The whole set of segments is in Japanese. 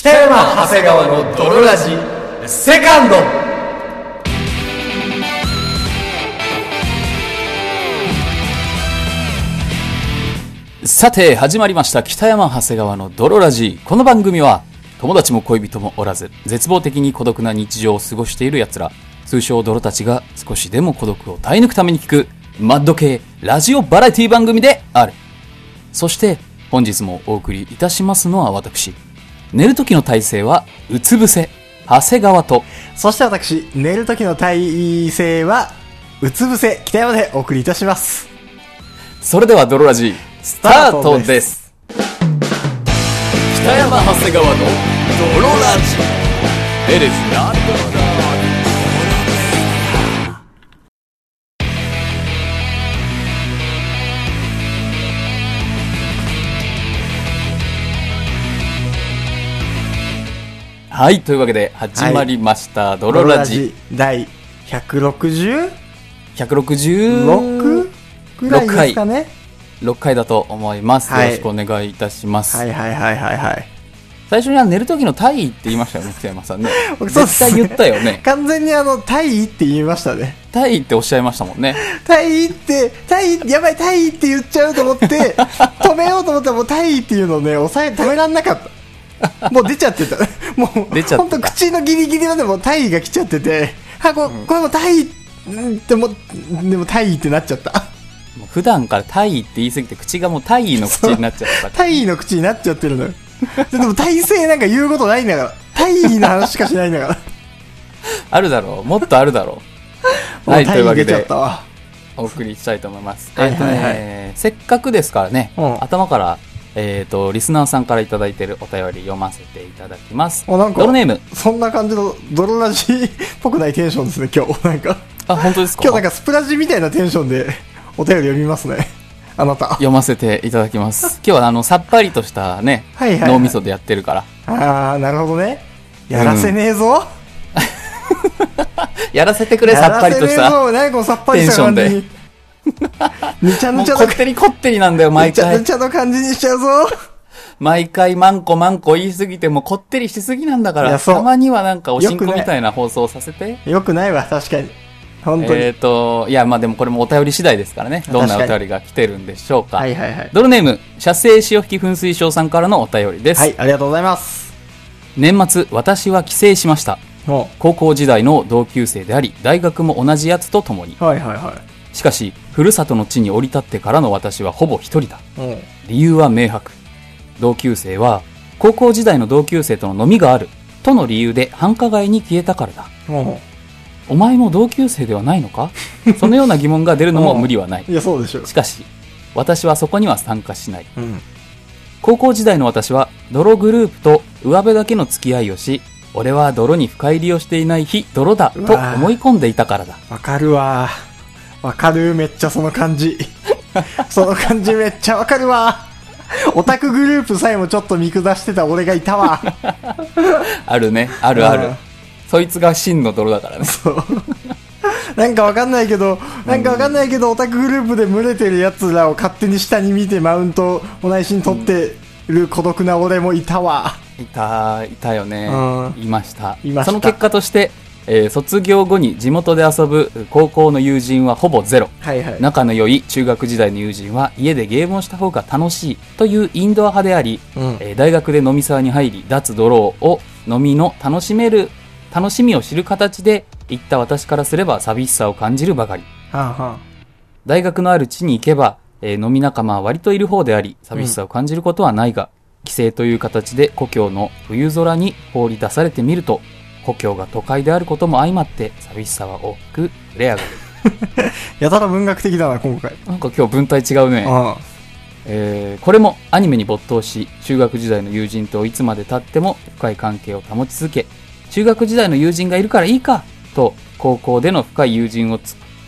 北山長谷川の泥ラジセカンド。さて始まりました北山長谷川の泥ラジ。この番組は友達も恋人もおらず絶望的に孤独な日常を過ごしている奴ら、通称泥たちが少しでも孤独を耐え抜くために聞くマッド系ラジオバラエティ番組である。そして本日もお送りいたしますのは私、寝る時の体勢はうつ伏せ長谷川と、 そして私、寝る時の体勢はうつ伏せ北山でお送りいたします。 それでは泥ラジスタートです。北山長谷川の泥ラジ It is not はい、というわけで始まりました、はい、泥ラジ第160 166 ぐらいですかね。 6回だと思います、 はい、 よろしくお願いいたします。 はいはいはいはいはい。 最初には寝る時の体位って言いましたよね、北山さんね。絶対言ったよね。 完全に体位って言いましたね。 体位っておっしゃいましたもんね。 体位やばい、体位って言っちゃうと思って止めようと思ったらもう体位っていうのをね止めらんなかったもう出ちゃってたもう出ちゃってた。ほんと口のギリギリまでも体位が来ちゃってて、これも体位でも体位ってなっちゃった。 普段から体位って言い過ぎて口がもう体位の口になっちゃった。 体位の口になっちゃってるのよ。でも体勢なんか言うことないんだから、体位の話しかしないんだからあるだろう、もっとあるだろうはい、というわけでお送りしたいと思います。せっかくですからね、頭からリスナーさんからいただいているお便り読ませていただきます。 なんか泥ネーム、 そんな感じの泥ラジっぽくないテンションですね今日。なんか本当ですか。 今日なんかスプラジみたいなテンションでお便り読みますね。あなた読ませていただきます。今日はさっぱりとしたね、脳みそでやってるから。 なるほどね。やらせねえぞ、 やらせてくれ、さっぱりとした何このさっぱりした感じにぬちゃぬちゃのこってりこってりなんだよ毎回。 ぬちゃぬちゃの感じにしちゃうぞ毎回マンコ言いすぎてもこってりしすぎなんだから。たまにはなんかおしんこみたいな放送をさせて。 よくないわ、確かに本当に。 いや、まあでもこれもお便り次第ですからね。どんなお便りが来てるんでしょうか。 はいはいはい。 ドルネーム、射精潮吹き噴水症さんからのお便りです。 はい、ありがとうございます。 年末、私は帰省しました。高校時代の同級生であり、大学も同じやつと共に。 はいはいはい。 しかし、ふるさとの地に降り立ってからの私はほぼ一人だ。理由は明白。同級生は、高校時代の同級生との飲みがある、との理由で繁華街に消えたからだ。お前も同級生ではないのかそのような疑問が出るのも無理はない。 いや、そうでしょ。 しかし、私はそこには参加しない。高校時代の私は、泥グループと上辺だけの付き合いをし、俺は泥に深入りをしていない非泥だと思い込んでいたからだ。 わかるわ。わかる、めっちゃその感じ。その感じめっちゃわかるわ。オタクグループさえもちょっと見下してた俺がいたわ。 あるね、あるある。そいつが真の泥だからね。 そうなんかわかんないけど、オタクグループで群れてるやつらを勝手に下に見てマウントを内心取ってる孤独な俺もいたわ。 いたよね。いました。 その結果として、卒業後に地元で遊ぶ高校の友人はほぼゼロ。仲の良い中学時代の友人は家でゲームをした方が楽しいというインドア派であり、大学で飲み沢に入り脱泥を飲みの楽しみを知る形で行った私からすれば寂しさを感じるばかり。大学のある地に行けば、飲み仲間は割といる方であり寂しさを感じることはないが、帰省という形で故郷の冬空に放り出されてみると、故郷が都会であることも相まって寂しさは大きく触れ上がるやたら文学的だな今回。 なんか今日文体違うね。これもアニメに没頭し、中学時代の友人といつまで経っても深い関係を保ち続け、中学時代の友人がいるからいいかと高校での深い友人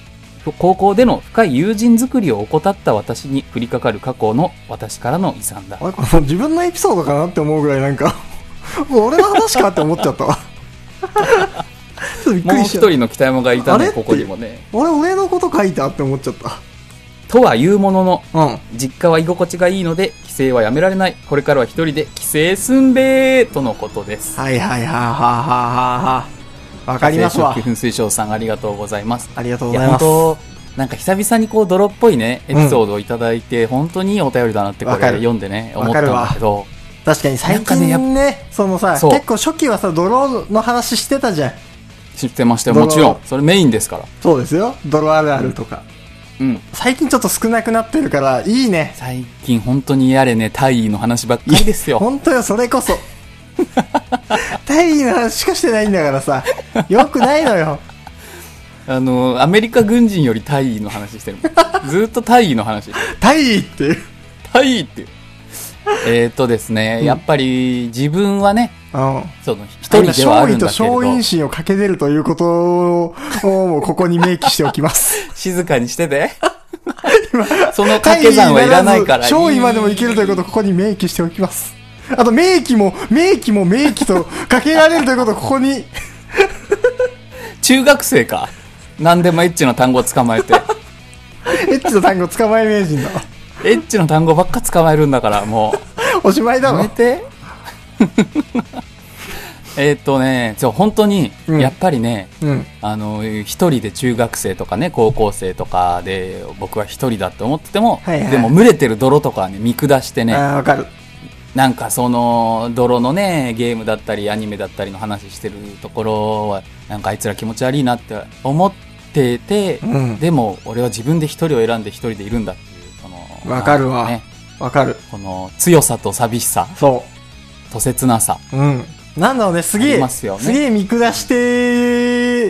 作りを怠った私に降りかかる過去の私からの遺産だ。 これ自分のエピソードかなって思うぐらいなんか俺の話かって思っちゃったわちょっとびっくりしちゃう。 もう一人の北山がいたね、ここにもね。 俺のこと書いたって思っちゃった。 とはいうものの、実家は居心地がいいので帰省はやめられない。これからは一人で帰省すんべーとのことです。 はいはいはいはいはい。わかりますわ。 噴水晶さんありがとうございます。 ありがとうございます。 なんか久々にこう泥っぽいねエピソードをいただいて、本当にいいお便りだなってこれ読んでね思ったんだけど、 確かに最近ねそのさ結構初期はさ泥の話してたじゃん。 知ってましたよ。もちろんそれメインですから。 そうですよ。泥あるあるとか、最近ちょっと少なくなってるからいいね。 最近本当にやれねタイの話ばっかりですよ。 本当よ、それこそタイの話しかしてないんだからさ、よくないのよ。 アメリカ軍人よりタイの話してるずっとタイの話タイっていうタイっていうですね、やっぱり自分はね、その一人ではあるんだけれど、 勝利と勝因心をかけ出るということをもうここに明記しておきます静かにしててその掛け算はいらないからいい、 勝利までもいけるということをここに明記しておきます。あと明記とかけられるということをここに中学生か何でもエッチの単語を捕まえてエッチの単語捕まえ名人だわ。 エッチの単語ばっか捕まえるんだからもうおしまいだろ。 やめてそう本当に、やっぱりね、一人で中学生とかね高校生とかで僕は一人だって思ってても、でも群れてる泥とかはね見下してね、 わかる。 なんかその泥のねゲームだったりアニメだったりの話してるところはなんかあいつら気持ち悪いなって思ってて、でも俺は自分で一人を選んで一人でいるんだっていうこのわかるわ、わかる。 この強さと寂しさ、 そうと切なさ、 なんだろうね、すげえ見下して、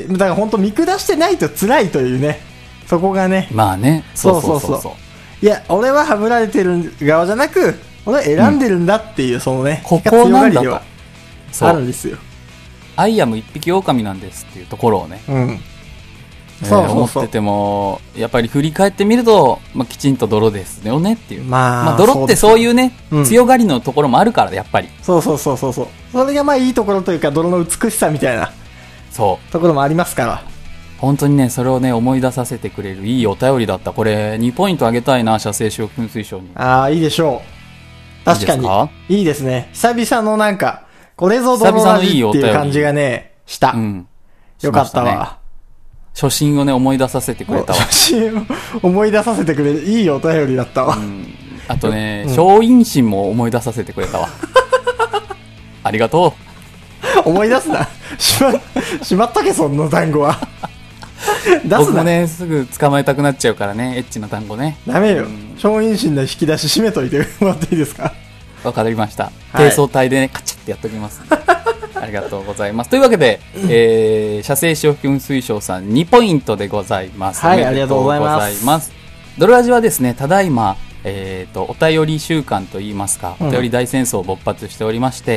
だから本当見下してないと辛いというね、そこがね。 まあね、そういや俺はハブられてる側じゃなく俺は選んでるんだっていう、そのねここなんだとあるんですよ。 アイアム一匹狼なんですっていうところをね、思っててもやっぱり振り返ってみると、きちんと泥ですよねっていう、泥ってそういうね強がりのところもあるからやっぱりそうそれがいいところというか泥の美しさみたいなところもありますから、 本当にねそれをね思い出させてくれるいいお便りだった。これ2ポイントあげたいな、射精使用噴水賞に。 いいでしょう。確かにいいですね。久々のなんかこれぞ泥ラジっていう感じがねした。よかったわ。 初心をね思い出させてくれたわ。 初心を思い出させてくれるいいお便りだったわ。 あとね、勝因心も思い出させてくれたわ。ありがとう。思い出すな。しまったけ、そんな単語は。 出すな。僕もねすぐ捕まえたくなっちゃうからね、エッチな単語ね。 ダメよ。勝因心の引き出し締めといてもらっていいですか。 わかりました。低層体でねカチッってやっておきます。ありがとうございます。というわけで、射精使用噴水賞さん2ポイントでございます。 はい、ありがとうございます。 ドロラジはですね、ただいま、お便り週間といいますか、お便り大戦争を勃発しておりまして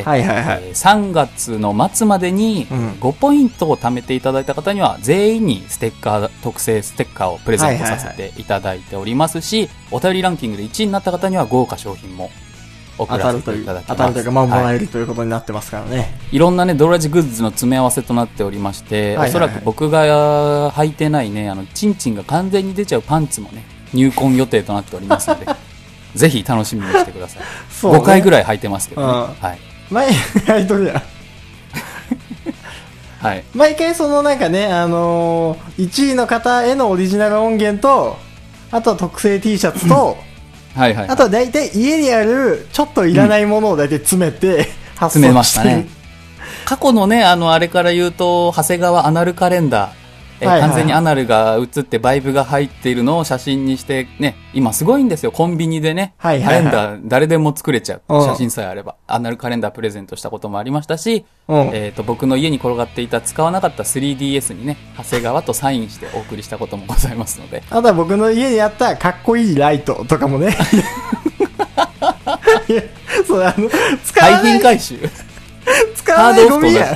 、3月の末までに5ポイントを貯めていただいた方には全員に特製ステッカーをプレゼントさせていただいておりますし、お便りランキングで1位になった方には豪華商品も送らせていただきます。 当たるというか、もらえるということになってますからね。 いろんなねドロラジグッズの詰め合わせとなっておりまして、おそらく僕が履いてないねチンチンが完全に出ちゃうパンツもね入魂予定となっておりますのでぜひ楽しみにしてください。5回ぐらい履いてますけどね。 前履いとるやん。毎回そのなんかね、1位の方へのオリジナル音源と、あとは特製 T シャツとあとは大体家にあるちょっといらないものを大体詰めて発送して、 詰めましたね。過去のねあれから言うと長谷川アナルカレンダー、完全にアナルが映ってバイブが入っているのを写真にしてね、今すごいんですよ、コンビニでね、カレンダー誰でも作れちゃう、写真さえあれば。アナルカレンダープレゼントしたこともありましたし、僕の家に転がっていた使わなかった 3DS にね長谷川とサインしてお送りしたこともございますので、 あとは僕の家にあったかっこいいライトとかもねいやそう使わない廃品回収使わないゴミや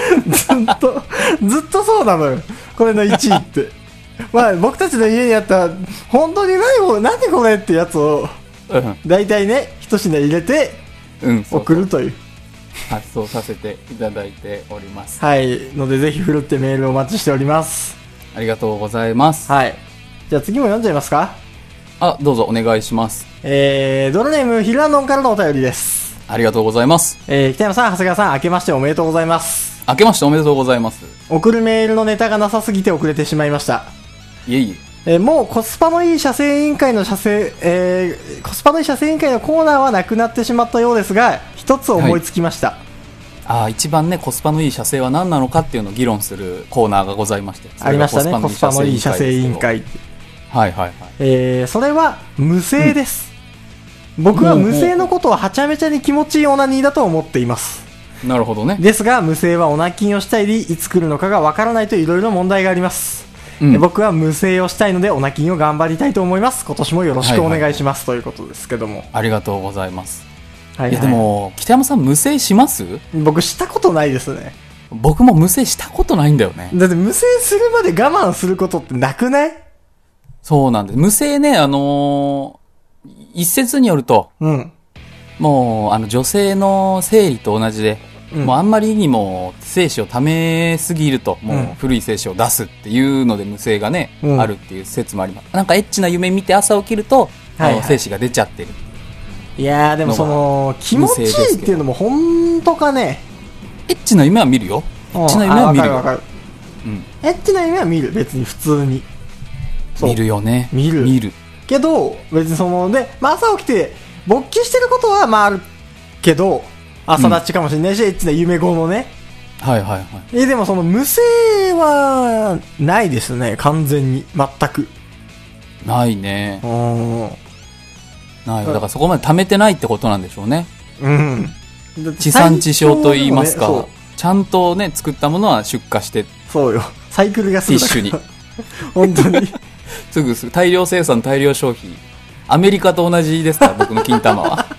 ずっとそうなのよ、これの1位って僕たちの家にあった本当に何これってやつを大体ね一品入れて送るという、 発送させていただいております。 のでぜひふるってメールをお待ちしております。 ありがとうございます。 じゃあ次も読んじゃいますか。 どうぞお願いします。 ドルネームヒルアンドンからのお便りです。 ありがとうございます。 北山さん、長谷川さん、明けましておめでとうございます。 明けましておめでとうございます。 送るメールのネタがなさすぎて遅れてしまいました。 いえいえ。もうコスパのいい車製委員会のコスパのいい車製委員会のコーナーはなくなってしまったようですが、一つ思いつきました。 一番ね、コスパのいい車製は何なのかっていうのを議論するコーナーがございまして。 ありましたね、コスパのいい車製委員会。 はいはいはい。 それは無声です。僕は無声のことをはちゃめちゃに気持ちいいオナニーだと思っています。 なるほどね。 ですが、無声はオナキンをしたり、いつ来るのかがわからないといろいろ問題があります。僕は無声をしたいので、オナキンを頑張りたいと思います。今年もよろしくお願いします、ということですけども。 ありがとうございます。いやでも、北山さん無声します？ 僕したことないですね。 僕も無声したことないんだよね。 だって無声するまで我慢することってなくない？ そうなんです。無声ね、一説によると、もう、女性の生理と同じで、もうあんまりにも精子を溜めすぎると、もう古い精子を出すっていうので無声がね、あるっていう説もあります。なんかエッチな夢見て朝起きると、精子が出ちゃってる。 いやーでもその、気持ちいいっていうのも本当かね。 エッチな夢は見るよ。エッチな夢は見るよ。 わかる。エッチな夢は見る、別に普通に。 見るよね。 見る。けど、別にその、で、朝起きて、勃起してることは、あるけど、朝立ちかもしれないし、エッチな夢後のね。 はいはいはい。 でもその、無声は、ないですね、完全に。全く。 ないね。ない。だからそこまで溜めてないってことなんでしょうね。地産地消と言いますか、ちゃんとね、作ったものは出荷して。 そうよ。サイクルがすぐだから。ティッシュに。本当に。 すぐ大量生産大量消費。アメリカと同じですか、僕の金玉は。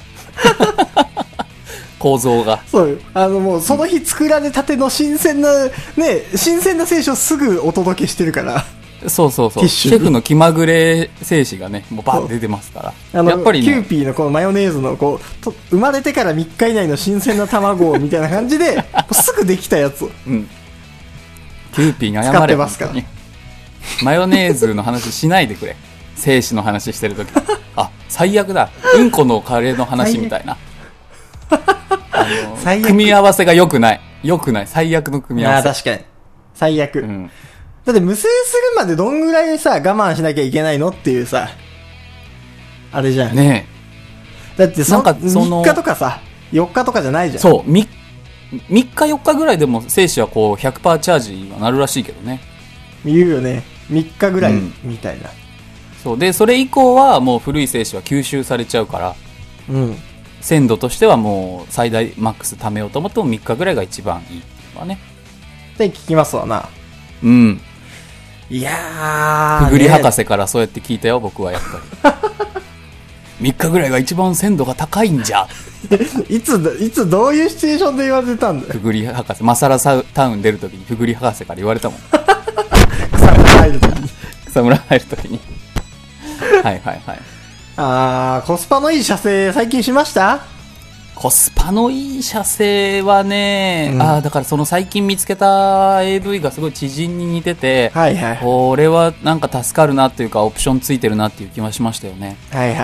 構造が。 そうよ。もうその日作られたての新鮮な精子をすぐお届けしてるから。 そうシェフの気まぐれ精子がね、もうバーッ出てますから。やっぱりね。 キューピーのこのマヨネーズの生まれてから3日以内の新鮮な卵みたいな感じで、すぐできたやつを。 キューピーに謝れ。 使ってますから。 マヨネーズの話しないでくれ。精子の話してるとき。最悪だ。うんこのカレーの話みたいな。組み合わせが良くない。最悪の組み合わせ。 確かに。最悪。だって無声するまでどんぐらいさ、我慢しなきゃいけないのっていうさ、あれじゃん。 ねえ。だって3日とかさ、4日とかじゃないじゃん。 そう、3日4日ぐらいでも精子はこう 100% チャージはなるらしいけどね。 言うよね。3日ぐらいみたいな。 そう。で、それ以降はもう古い精子は吸収されちゃうから、鮮度としてはもう最大マックス貯めようと思っても3日ぐらいが一番いいっていうのはね。 って聞きますわな。いやー。くぐり博士からそうやって聞いたよ、僕はやっぱり。3日ぐらいが一番鮮度が高いんじゃ。 いつどういうシチュエーションで言われたんだよ。 くぐり博士、マサラタウン出るときにくぐり博士から言われたもん。 草むら入るときに。 草むら入るときに。はいはいはい。 コスパのいい射精最近しました？ コスパのいい射精はね、だからその最近見つけた AV がすごい知人に似てて、これはなんか助かるなっていうかオプションついてるなっていう気はしましたよね。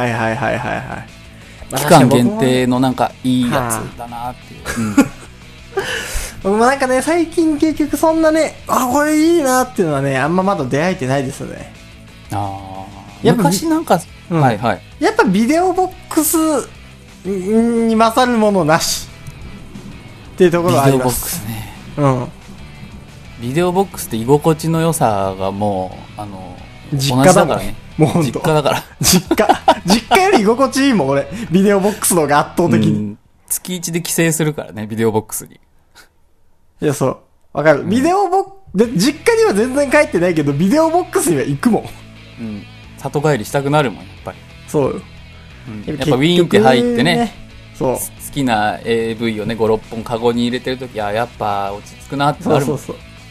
期間限定のなんかいいやつだなっていう。 僕もなんかね、最近結局そんなね、これいいなっていうのはね、あんままだ出会えてないですね。 昔なんか、 やっぱビデオボックスに勝るものなしっていうところはあります。 ビデオボックスって居心地の良さがもう実家だからね。もう本当。 実家だから。 実家より居心地いいもん俺。ビデオボックスの方が圧倒的に。 月1で帰省するからね、ビデオボックスに。 いやそう。わかる。ビデオボックス、実家には全然帰ってないけどビデオボックスには行くもん。 里帰りしたくなるもんやっぱり。 そうよ。 やっぱウィーンって入ってね、好きな AV をね 5,6 本カゴに入れてるときやっぱ落ち着くなってなるもん。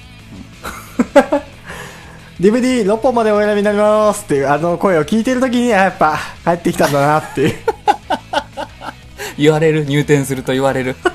DVD6 本までお選びになりますっていう声を聞いてるときにやっぱ帰ってきたんだなっていう言われる、入店すると言われる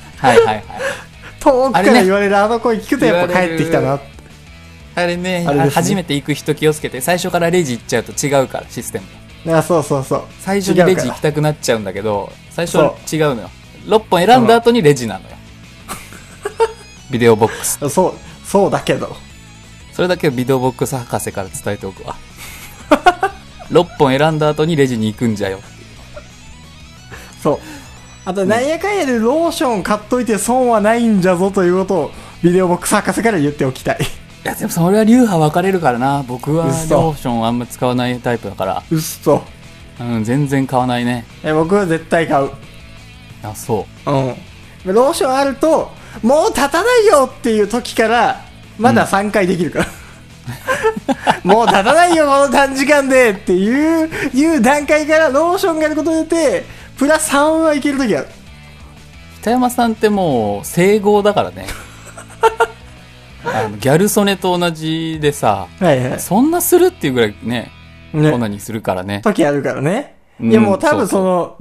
遠くから言われる声聞くとやっぱ帰ってきたなって。 あれね、初めて行く人気をつけて最初からレジ行っちゃうと違うからシステムあ、そうそうそう。 最初にレジ行きたくなっちゃうんだけど、最初は違うのよ。6本選んだ後にレジなのよ。ビデオボックス。 そうだけど。 それだけビデオボックス博士から伝えておくわ。6本選んだ後にレジに行くんじゃよ。 そう。あと、なんやかんやでローション買っといて損はないんじゃぞということをビデオボックス博士から言っておきたい。いや、でもそれは流派分かれるからな。僕はローションあんま使わないタイプだから。 うっそ。 うん、全然買わないね。 僕は絶対買う。 あ、そう。 うん。ローションあると、もう立たないよっていう時から、まだ3回できるから。もう立たないよ、この短時間でっていう段階からローションがあることによって、プラス3はいける時ある。 北山さんってもう、整合だからね。ギャル曽根と同じでさ、はいはい、そんなするっていうぐらいね、オナニーするからね。 時あるからね。いやもう多分その、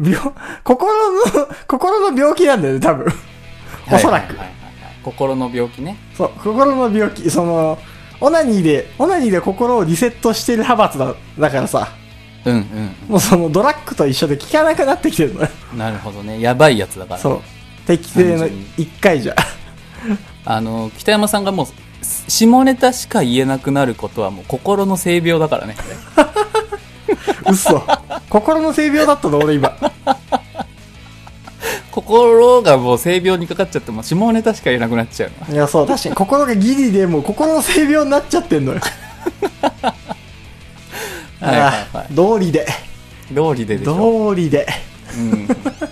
心の病気なんだよね、多分。おそらく。 心の病気ね。 そう、心の病気。その、オナニーで心をリセットしてる派閥だからさ。 うんうん。 もうそのドラッグと一緒で効かなくなってきてるのよ。 なるほどね。やばいやつだから。 そう。適正の1回じゃ。 北山さんがもう、下ネタしか言えなくなることはもう心の性病だからね。 嘘。心の性病だったの俺今。 心がもう性病にかかっちゃっても下ネタしか言えなくなっちゃうの。 いやそう、確かに心がギリでもう心の性病になっちゃってんのよ。はいはいはい。道理ででしょ。道理で。うん。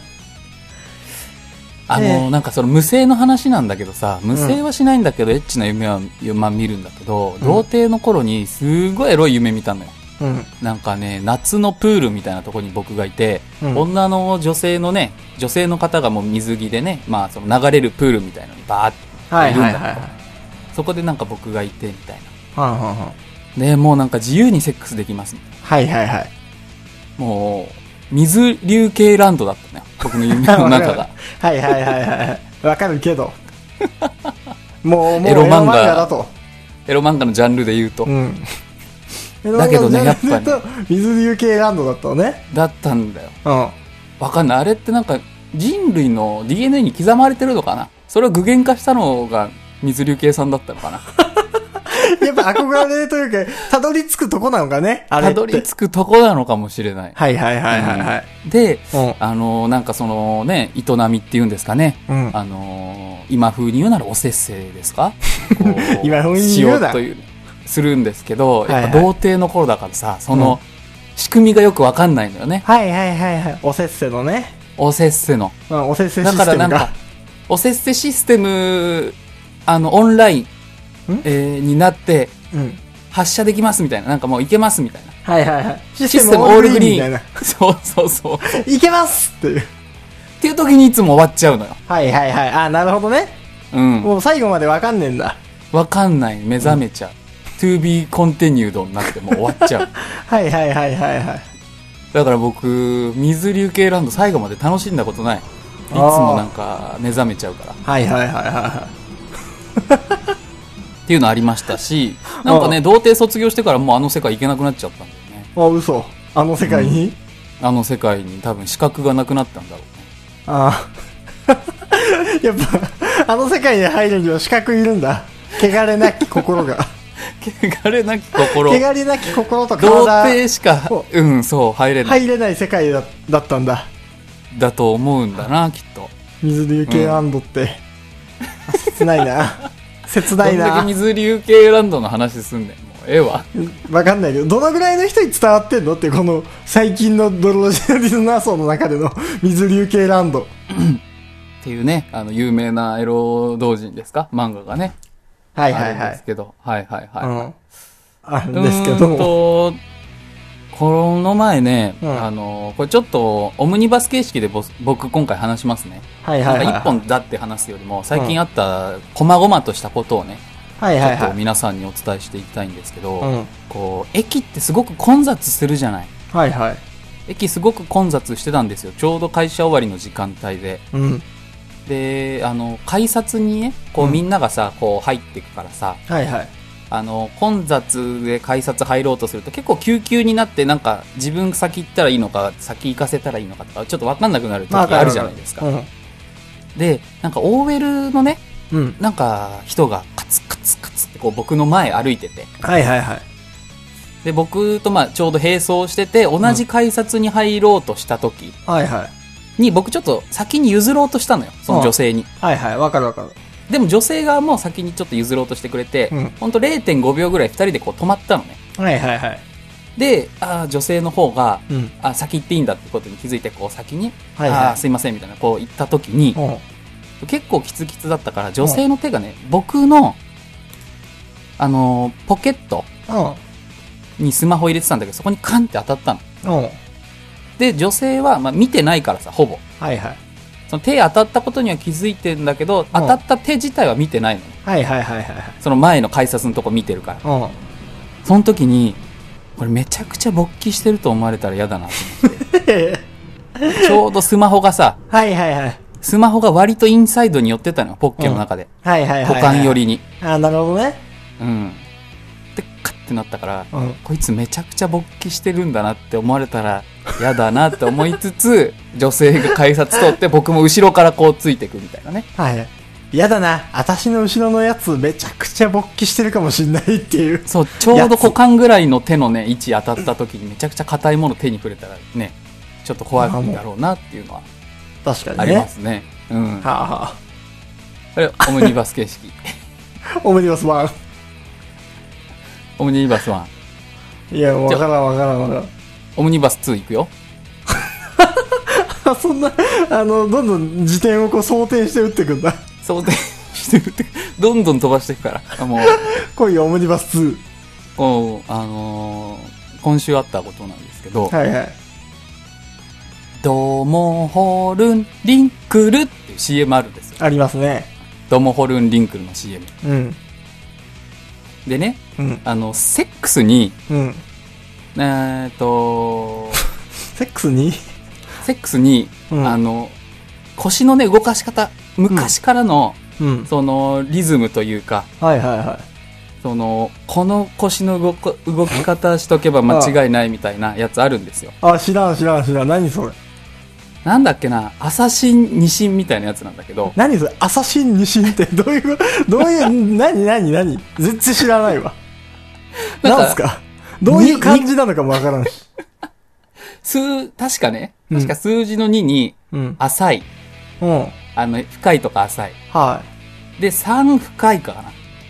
なんかその無性の話なんだけどさ、無性はしないんだけど、エッチな夢は、まあ、見るんだけど、童貞の頃にすごいエロい夢見たのよ。うん、なんかね、夏のプールみたいなところに僕がいて、女性の方がもう水着でね、まあその流れるプールみたいなのにバーっているんだけど、そこでなんか僕がいてみたいな。で、もうなんか自由にセックスできますみたいな。はいはいはい。もう、水流系ランドだったね、僕の夢の中が。 はいはいはいはい。わかるけど。もうエロ漫画だと。 エロ漫画のジャンルで言うと。うんだけどね、やっぱり、ね、 水流系ランドだったのね。 だったんだよ。うん。わかんない。あれってなんか人類の DNA に刻まれてるのかな。それを具現化したのが水流系さんだったのかな。 やっぱ憧れというか、たどり着くとこなのかね。あれって。 たどり着くとこなのかもしれない。 はいはいはいはい、はいうん。で、なんかそのね、営みっていうんですかね。うん、今風に言うならおせっせですか。 今風に言うな。 という。するんですけど、やっぱ童貞の頃だからさ、その仕組みがよくわかんないのよね。 はいはいはいはい。おせっせのね。 おせっせの。 おせっせシステムか。だからなんか、 おせっせシステム、オンライン、になって、発射できますみたいな。なんかもういけますみたいな。 はいはいはい。 システムオールグリーン。そうそうそう。 いけますっていう。 っていう時にいつも終わっちゃうのよ。 はいはいはい。あ、なるほどね。うん。もう最後までわかんねえんだ。 わかんない。目覚めちゃう。to be continued になってもう終わっちゃう。 はいはいはいはいはい。 だから僕、水流系ランド最後まで楽しんだことない。いつもなんか目覚めちゃうから。 はいはいはいはい。 っていうのありましたし、なんかね、童貞卒業してからもうあの世界行けなくなっちゃったんだよね。 あ、嘘。あの世界に、 あの世界に多分資格がなくなったんだろうね。 ああ。やっぱ、あの世界に入るには資格いるんだ。汚れなき心が。 汚れなき心。 汚れなき心と体。 童貞しか、そう、入れない。 入れない世界だったんだ。 だと思うんだな、きっと。 水流系ランドって。切ないな。切ないな。 どんだけ水流系ランドの話すんねん。もう、ええわ。 わかんないけど、どのぐらいの人に伝わってんのって、この最近のドロロジーリスナー層の中での水流系ランド。 っていうね、有名なエロ同人ですか漫画がね。 はいはいはい。 ですけど、はいはいはい。うん、 あるんですけども。 この前ね、これちょっとオムニバス形式で僕今回話しますね。はいはいはい。なんか一本だって話すよりも、最近あった細々としたことをね、はいはいはい、ちょっと皆さんにお伝えしていきたいんですけど、こう、駅ってすごく混雑するじゃない。はいはい。駅すごく混雑してたんですよ。ちょうど会社終わりの時間帯で。うん。で、改札にね、こうみんながさ、こう入っていくからさ、はいはい。 混雑で改札入ろうとすると結構救急になってなんか自分先行ったらいいのか先行かせたらいいのかとかちょっと分かんなくなる時あるじゃないですか、でなんか OL のね、なんか人がカツカツカツってこう僕の前歩いてて、で僕とちょうど並走してて同じ改札に入ろうとした時に僕ちょっと先に譲ろうとしたのよ、その女性に。 わかるわかる。 でも女性側も先にちょっと譲ろうとしてくれて、ほんと 0.5 秒ぐらい2人でこう止まったのね。で、女性の方が、先行っていいんだってことに気づいて、こう先に、すいませんみたいな、こう言った時に、結構キツキツだったから、女性の手がね、僕の、ポケットにスマホ入れてたんだけど、そこにカンって当たったの。で、女性は、見てないからさ、ほぼ。その手当たったことには気づいてんだけど、当たった手自体は見てないのね。その前の改札のとこ見てるから。その時に、これめちゃくちゃ勃起してると思われたら嫌だなと思って。ちょうどスマホがさ、スマホが割とインサイドに寄ってたのよ、ポッケの中で。股間寄りに。 なるほどね。 で、カッてなったから、こいつめちゃくちゃ勃起してるんだなって思われたら嫌だなって思いつつ、女性が改札通って僕も後ろからこうついてくみたいなね。 嫌だな。私の後ろのやつめちゃくちゃ勃起してるかもしんないっていう。 そう、ちょうど股間ぐらいの手のね、位置当たった時にめちゃくちゃ硬いもの手に触れたらね、ちょっと怖いんだろうなっていうのは。 確かにね。 ありますね。あれ、オムニバス形式。 オムニバス1。 オムニバス1。 いや、わからん。 オムニバス2いくよ。 そんな、どんどん時点をこう装填して打っていくんだ。 装填して打って、どんどん飛ばしていくから。もう。 来いよ、オムニバス2。 今週あったことなんですけど、ドモホルンリンクルっていう CM あるんですよ。 ありますね。 ドモホルンリンクルの CM。でね、セックスに、 セックスに、 腰のね、動かし方、昔からの、その、リズムというか、その、この腰の動き方しとけば間違いないみたいなやつあるんですよ。 知らん。何それ。 なんだっけな、朝進二進みたいなやつなんだけど。 何それ、朝進二進ってどういう、何全然知らないわ。なんすかどういう感じなのかもわからんし。 確か数字の2に、浅い。深いとか浅い。で、3深いかな。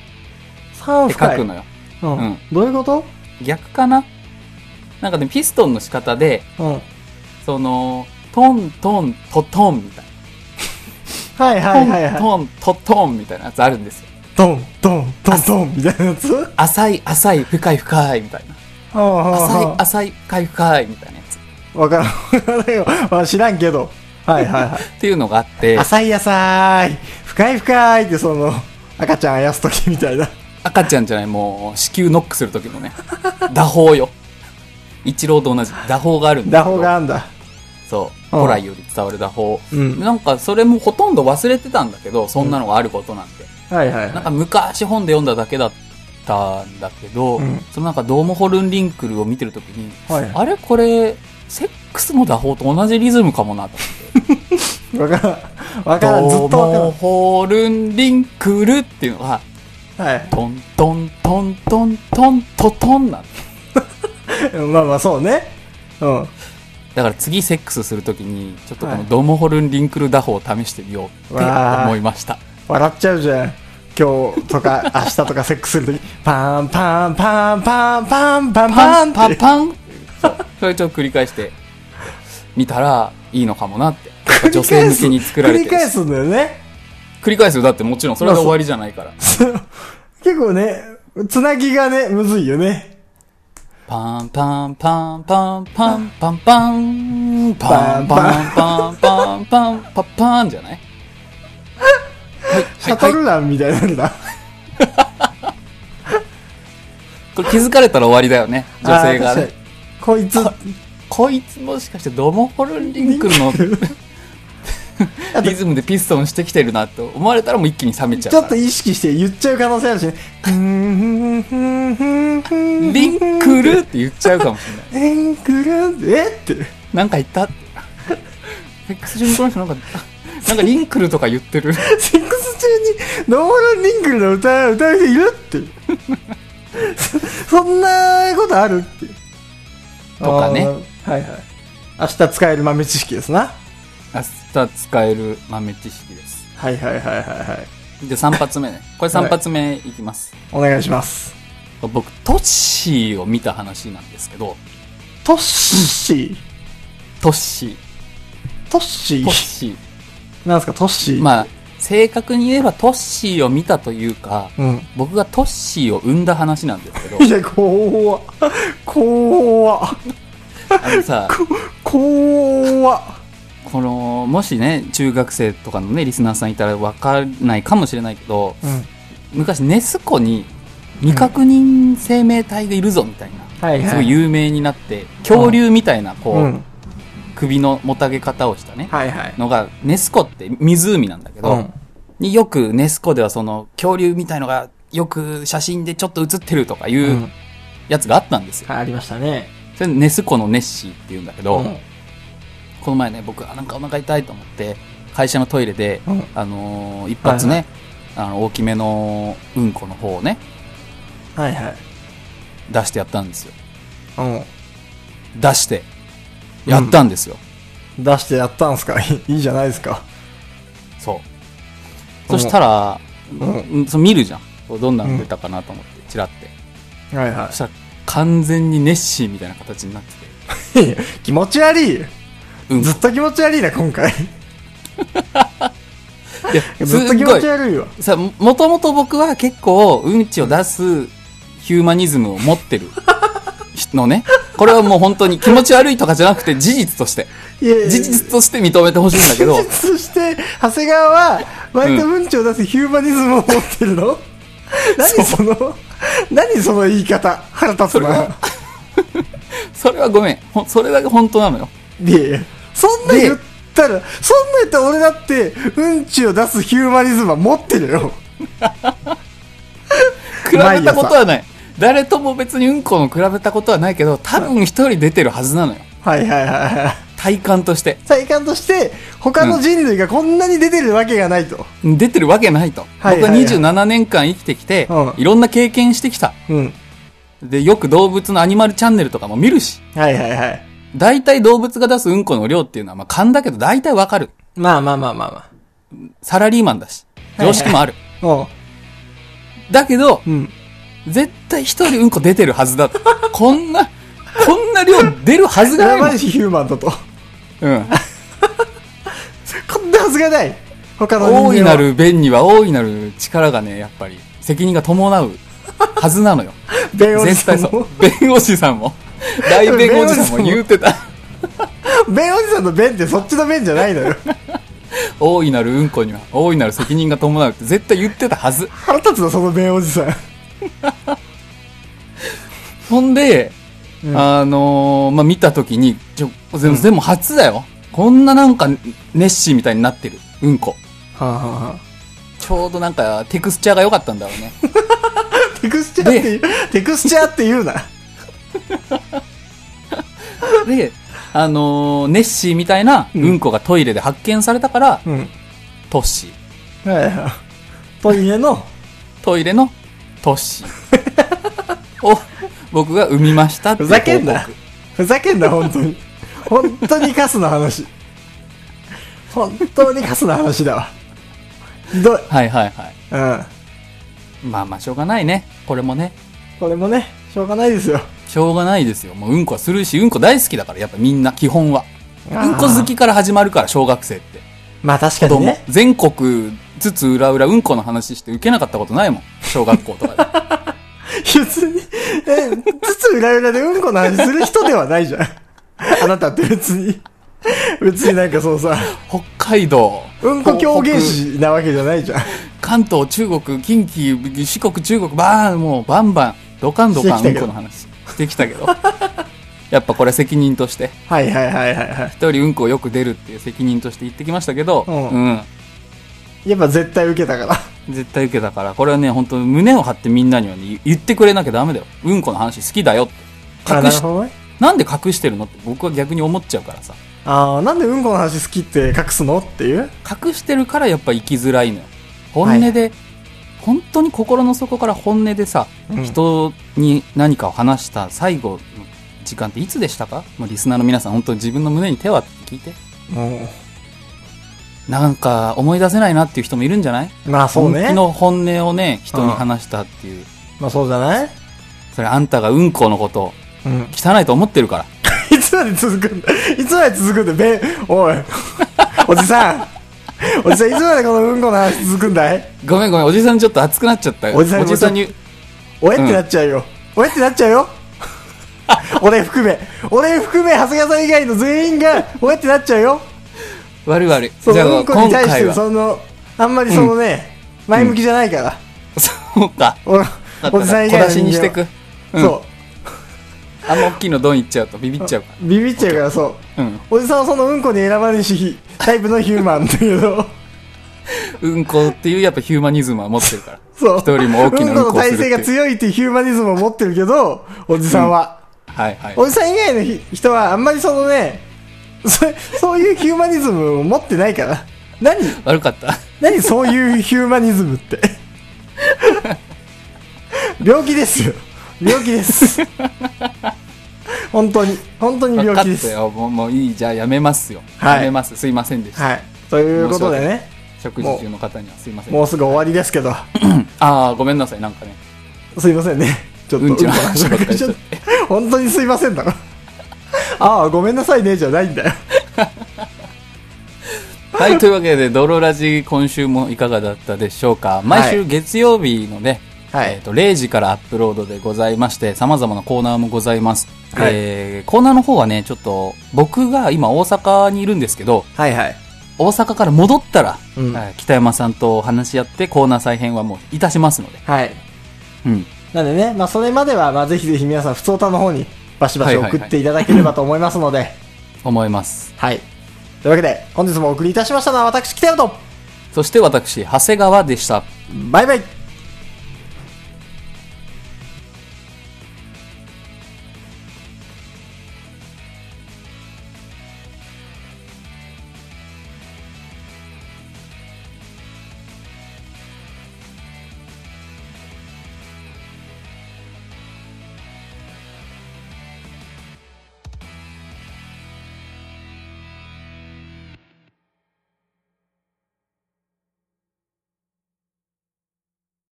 3深い。 って書くのよ。 どういうこと？ 逆かな？なんかね、ピストンの仕方で、その、トントントトンみたいな。トントトンみたいなやつあるんですよ。 トントントントンみたいなやつ？ 浅い深い深いみたいな。浅い深い深いみたいなやつ。 わからんよ。知らんけど。 っていうのがあって。 浅い深いってその、赤ちゃんあやすときみたいな。 赤ちゃんじゃない、もう、子宮ノックするときのね、打法よ。一郎と同じ打法があるんだ。 打法があるんだ。 そう。古来より伝わる打法。なんか、それもほとんど忘れてたんだけど、そんなのがあることなんて。なんか、昔本で読んだだけだったんだけど、そのなんか、ドーモホルンリンクルを見てるときに、あれこれ、セックスの打法と同じリズムかもなと思って。 わからん、ずっとわからん。 ドーモホルンリンクルっていうのが、トントントントントントトンなんだ。そうね。 だから次セックスするときに、ちょっとこのドーモホルンリンクル打法を試してみようって思いました。 笑っちゃうじゃん。今日とか明日とかセックスするとき、パンパンパンパンパンパンパンパンパンそれちょっと繰り返してみたらいいのかもなって。女性向けに作られてる。 繰り返すんだよね。 繰り返すよ。だってもちろんそれで終わりじゃないから。 結構ね、つなぎがね、むずいよね。 パンパンパンパンパンパンパンパンパンパンパンパンパンパンじゃない？ シャトルランみたいなんだ。 これ気づかれたら終わりだよね。女性がね。 こいつもしかしてドモホルンリンクルのリズムでピストンしてきてるなと思われたらもう一気に冷めちゃうちょっと意識して言っちゃう可能性あるしね。 リンクルって言っちゃうかもしれない。 リンクルって。 なんか言ったって。セックス中にこの人なんかリンクルとか言ってる。 セックス中にノーマルリンクルの歌う人いるってそんなことあるってとかね。 はいはい。明日使える豆知識ですな。 明日使える豆知識です。 はいはいはいはいはい。 で3発目ね。これ3発目いきます、 はい、お願いします。 僕トッシーを見た話なんですけど。 トッシー、 トッシートッシートッシーなんですかトッシー。 まあ正確に言えばトッシーを見たというか、僕がトッシーを生んだ話なんですけど。 いや怖っさ怖っ。 このもしね中学生とかのねリスナーさんいたら分かんないかもしれないけど、昔ネス湖に未確認生命体がいるぞみたいな、すごい有名になって恐竜みたいなこう、首のもたげ方をしたね、のがネス湖って湖なんだけど、によくネス湖ではその恐竜みたいのがよく写真でちょっと写ってるとかいうやつがあったんですよ。 ありましたね。 それネス湖のネッシーって言うんだけど、この前ね僕なんかお腹痛いと思って会社のトイレで、一発ね、大きめのうんこの方をね、出してやったんですよ。出してやったんですよ。 出してやったんすか。いいじゃないですか。 そう。そしたら、そ見るじゃん。どんなの出たかなと思って、チラって。そしたら、完全にネッシーみたいな形になってて。気持ち悪い。ずっと気持ち悪いな、今回。いや、ずっと気持ち悪いわ。 さ、もともと僕は結構、うんちを出すヒューマニズムを持ってるのね。これはもう本当に気持ち悪いとかじゃなくて事実として。事実として認めてほしいんだけど。 事実として、長谷川は、割とうんちを出すヒューマニズムを持ってるの？何その言い方。腹立つな。 それはごめん。それだけ本当なのよ。 いやそんな言ったら俺だって、うんちを出すヒューマニズムは持ってるよ。 比べたことはない。誰とも別にうんこの比べたことはないけど、多分一人出てるはずなのよ。体感として。 他の人類がこんなに出てるわけがないと。 出てるわけないと。僕は27年間生きてきて、いろんな経験してきた。で、よく動物のアニマルチャンネルとかも見るし。大体動物が出すうんこの量っていうのは、まあ勘だけど大体わかる。 まあ。 サラリーマンだし、常識もある。だけど、絶対一人うんこ出てるはずだと。こんな量出るはずがないもん。 マジヒューマンだと。こんなはずがない。他の人間は。 大いなる弁には大いなる力がね、やっぱり責任が伴うはずなのよ。 弁護士さんも。 弁護士さんも。大弁護士さんも言うてた。 弁護士さんの弁ってそっちの弁じゃないのよ。 大いなるうんこには大いなる責任が伴うって絶対言ってたはず。 腹立つのその弁護士さん。 ほんで、見たときに、でも初だよ。こんななんか、ネッシーみたいになってる。うんこ。ちょうどなんか、テクスチャーが良かったんだろうね。 テクスチャーって言うな。 で、ネッシーみたいなうんこがトイレで発見されたから、トッシー。トイレのトッシーを僕が生みましたっていう報告。 ふざけんな本当に。本当にカスの話。本当にカスの話だわ。ひどい。まあしょうがないね。これもねしょうがないですよ。 しょうがないですよ。もううんこはするし、うんこ大好きだから、やっぱみんな基本はうんこ好きから始まるから、小学生って。 まあ確かにね。 全国津々浦々うんこの話して受けなかったことないもん、小学校とかで。 別に津々浦々でうんこの話する人ではないじゃん。あなたって別になんかそうさ、 北海道うんこ狂言師なわけじゃないじゃん。 関東、中国、近畿、四国、中国、もうバンバンドカンうんこの話してきたけど。 やっぱこれ責任として。 はいはいはいはいはい。 一人うんこよく出るっていう責任として言ってきましたけど、 やっぱ絶対受けたから。 絶対受けたから、これはね、本当胸を張ってみんなにはね、言ってくれなきゃダメだよ。うんこの話好きだよって。 隠し、ね、 なんで隠してるのって僕は逆に思っちゃうからさ。 なんでうんこの話好きって隠すのっていう隠してるからやっぱ生きづらいのよ。本音で、本当に心の底から本音でさ、人に何かを話した最後の時間っていつでしたか？もうリスナーの皆さん本当に自分の胸に手を当てて聞いて。なんか思い出せないなっていう人もいるんじゃない？ まあそうね。 本気の本音をね、人に話したっていう。 まあそうじゃない？ それあんたがうんこのことを汚いと思ってるから。 いつまで続くんだ？いつまで続くんだ？おい。おじさん。おじさんいつまでこのうんこの話続くんだい？ ごめんおじさんちょっと熱くなっちゃったよ。 おじさんにおえってなっちゃうよ。おえってなっちゃうよ。俺含め長谷川さん以外の全員がおえってなっちゃうよ。 悪い。 そのうんこに対してそのあんまりそのね、前向きじゃないから。 そうか。 おじさん以外の人間は小出しにしてく。 そう。 あんま大きいのドンいっちゃうとビビっちゃうから。 ビビっちゃうからそう。おじさんはそのうんこに選ばれしタイプのヒューマンだけど。 うんこっていうやっぱヒューマニズムは持ってるから。 そう。 人よりも大きなうんこの体制が強いっていうヒューマニズムを持ってるけど、おじさんは。 はいはい。 おじさん以外の人はあんまりそのね、そういうヒューマニズムを持ってないから。 悪かった。 何そういうヒューマニズムって。病気ですよ。病気です。本当に病気です。 もういい、じゃあやめますよ。やめます。すいませんでした。 はい。ということでね。 食事中の方にはすいません。 もうすぐ終わりですけど。 ごめんなさい、なんかね。 すいませんね。ちょっとうんちの話ばっかりしちゃって。本当にすいませんだろ。ごめんなさいねじゃないんだよ。 はい、というわけでドロラジ今週もいかがだったでしょうか。毎週月曜日のね、0時からアップロードでございまして、様々なコーナーもございます。コーナーの方はね、ちょっと僕が今大阪にいるんですけど、大阪から戻ったら、北山さんと話し合ってコーナー再編はもういたしますので。 なんでね、それまではぜひぜひ皆さんふつおたの方にバシバシ送っていただければと思いますので。 思います。 はい。というわけで本日もお送りいたしましたのは私北山と、 そして私長谷川でした。 バイバイ。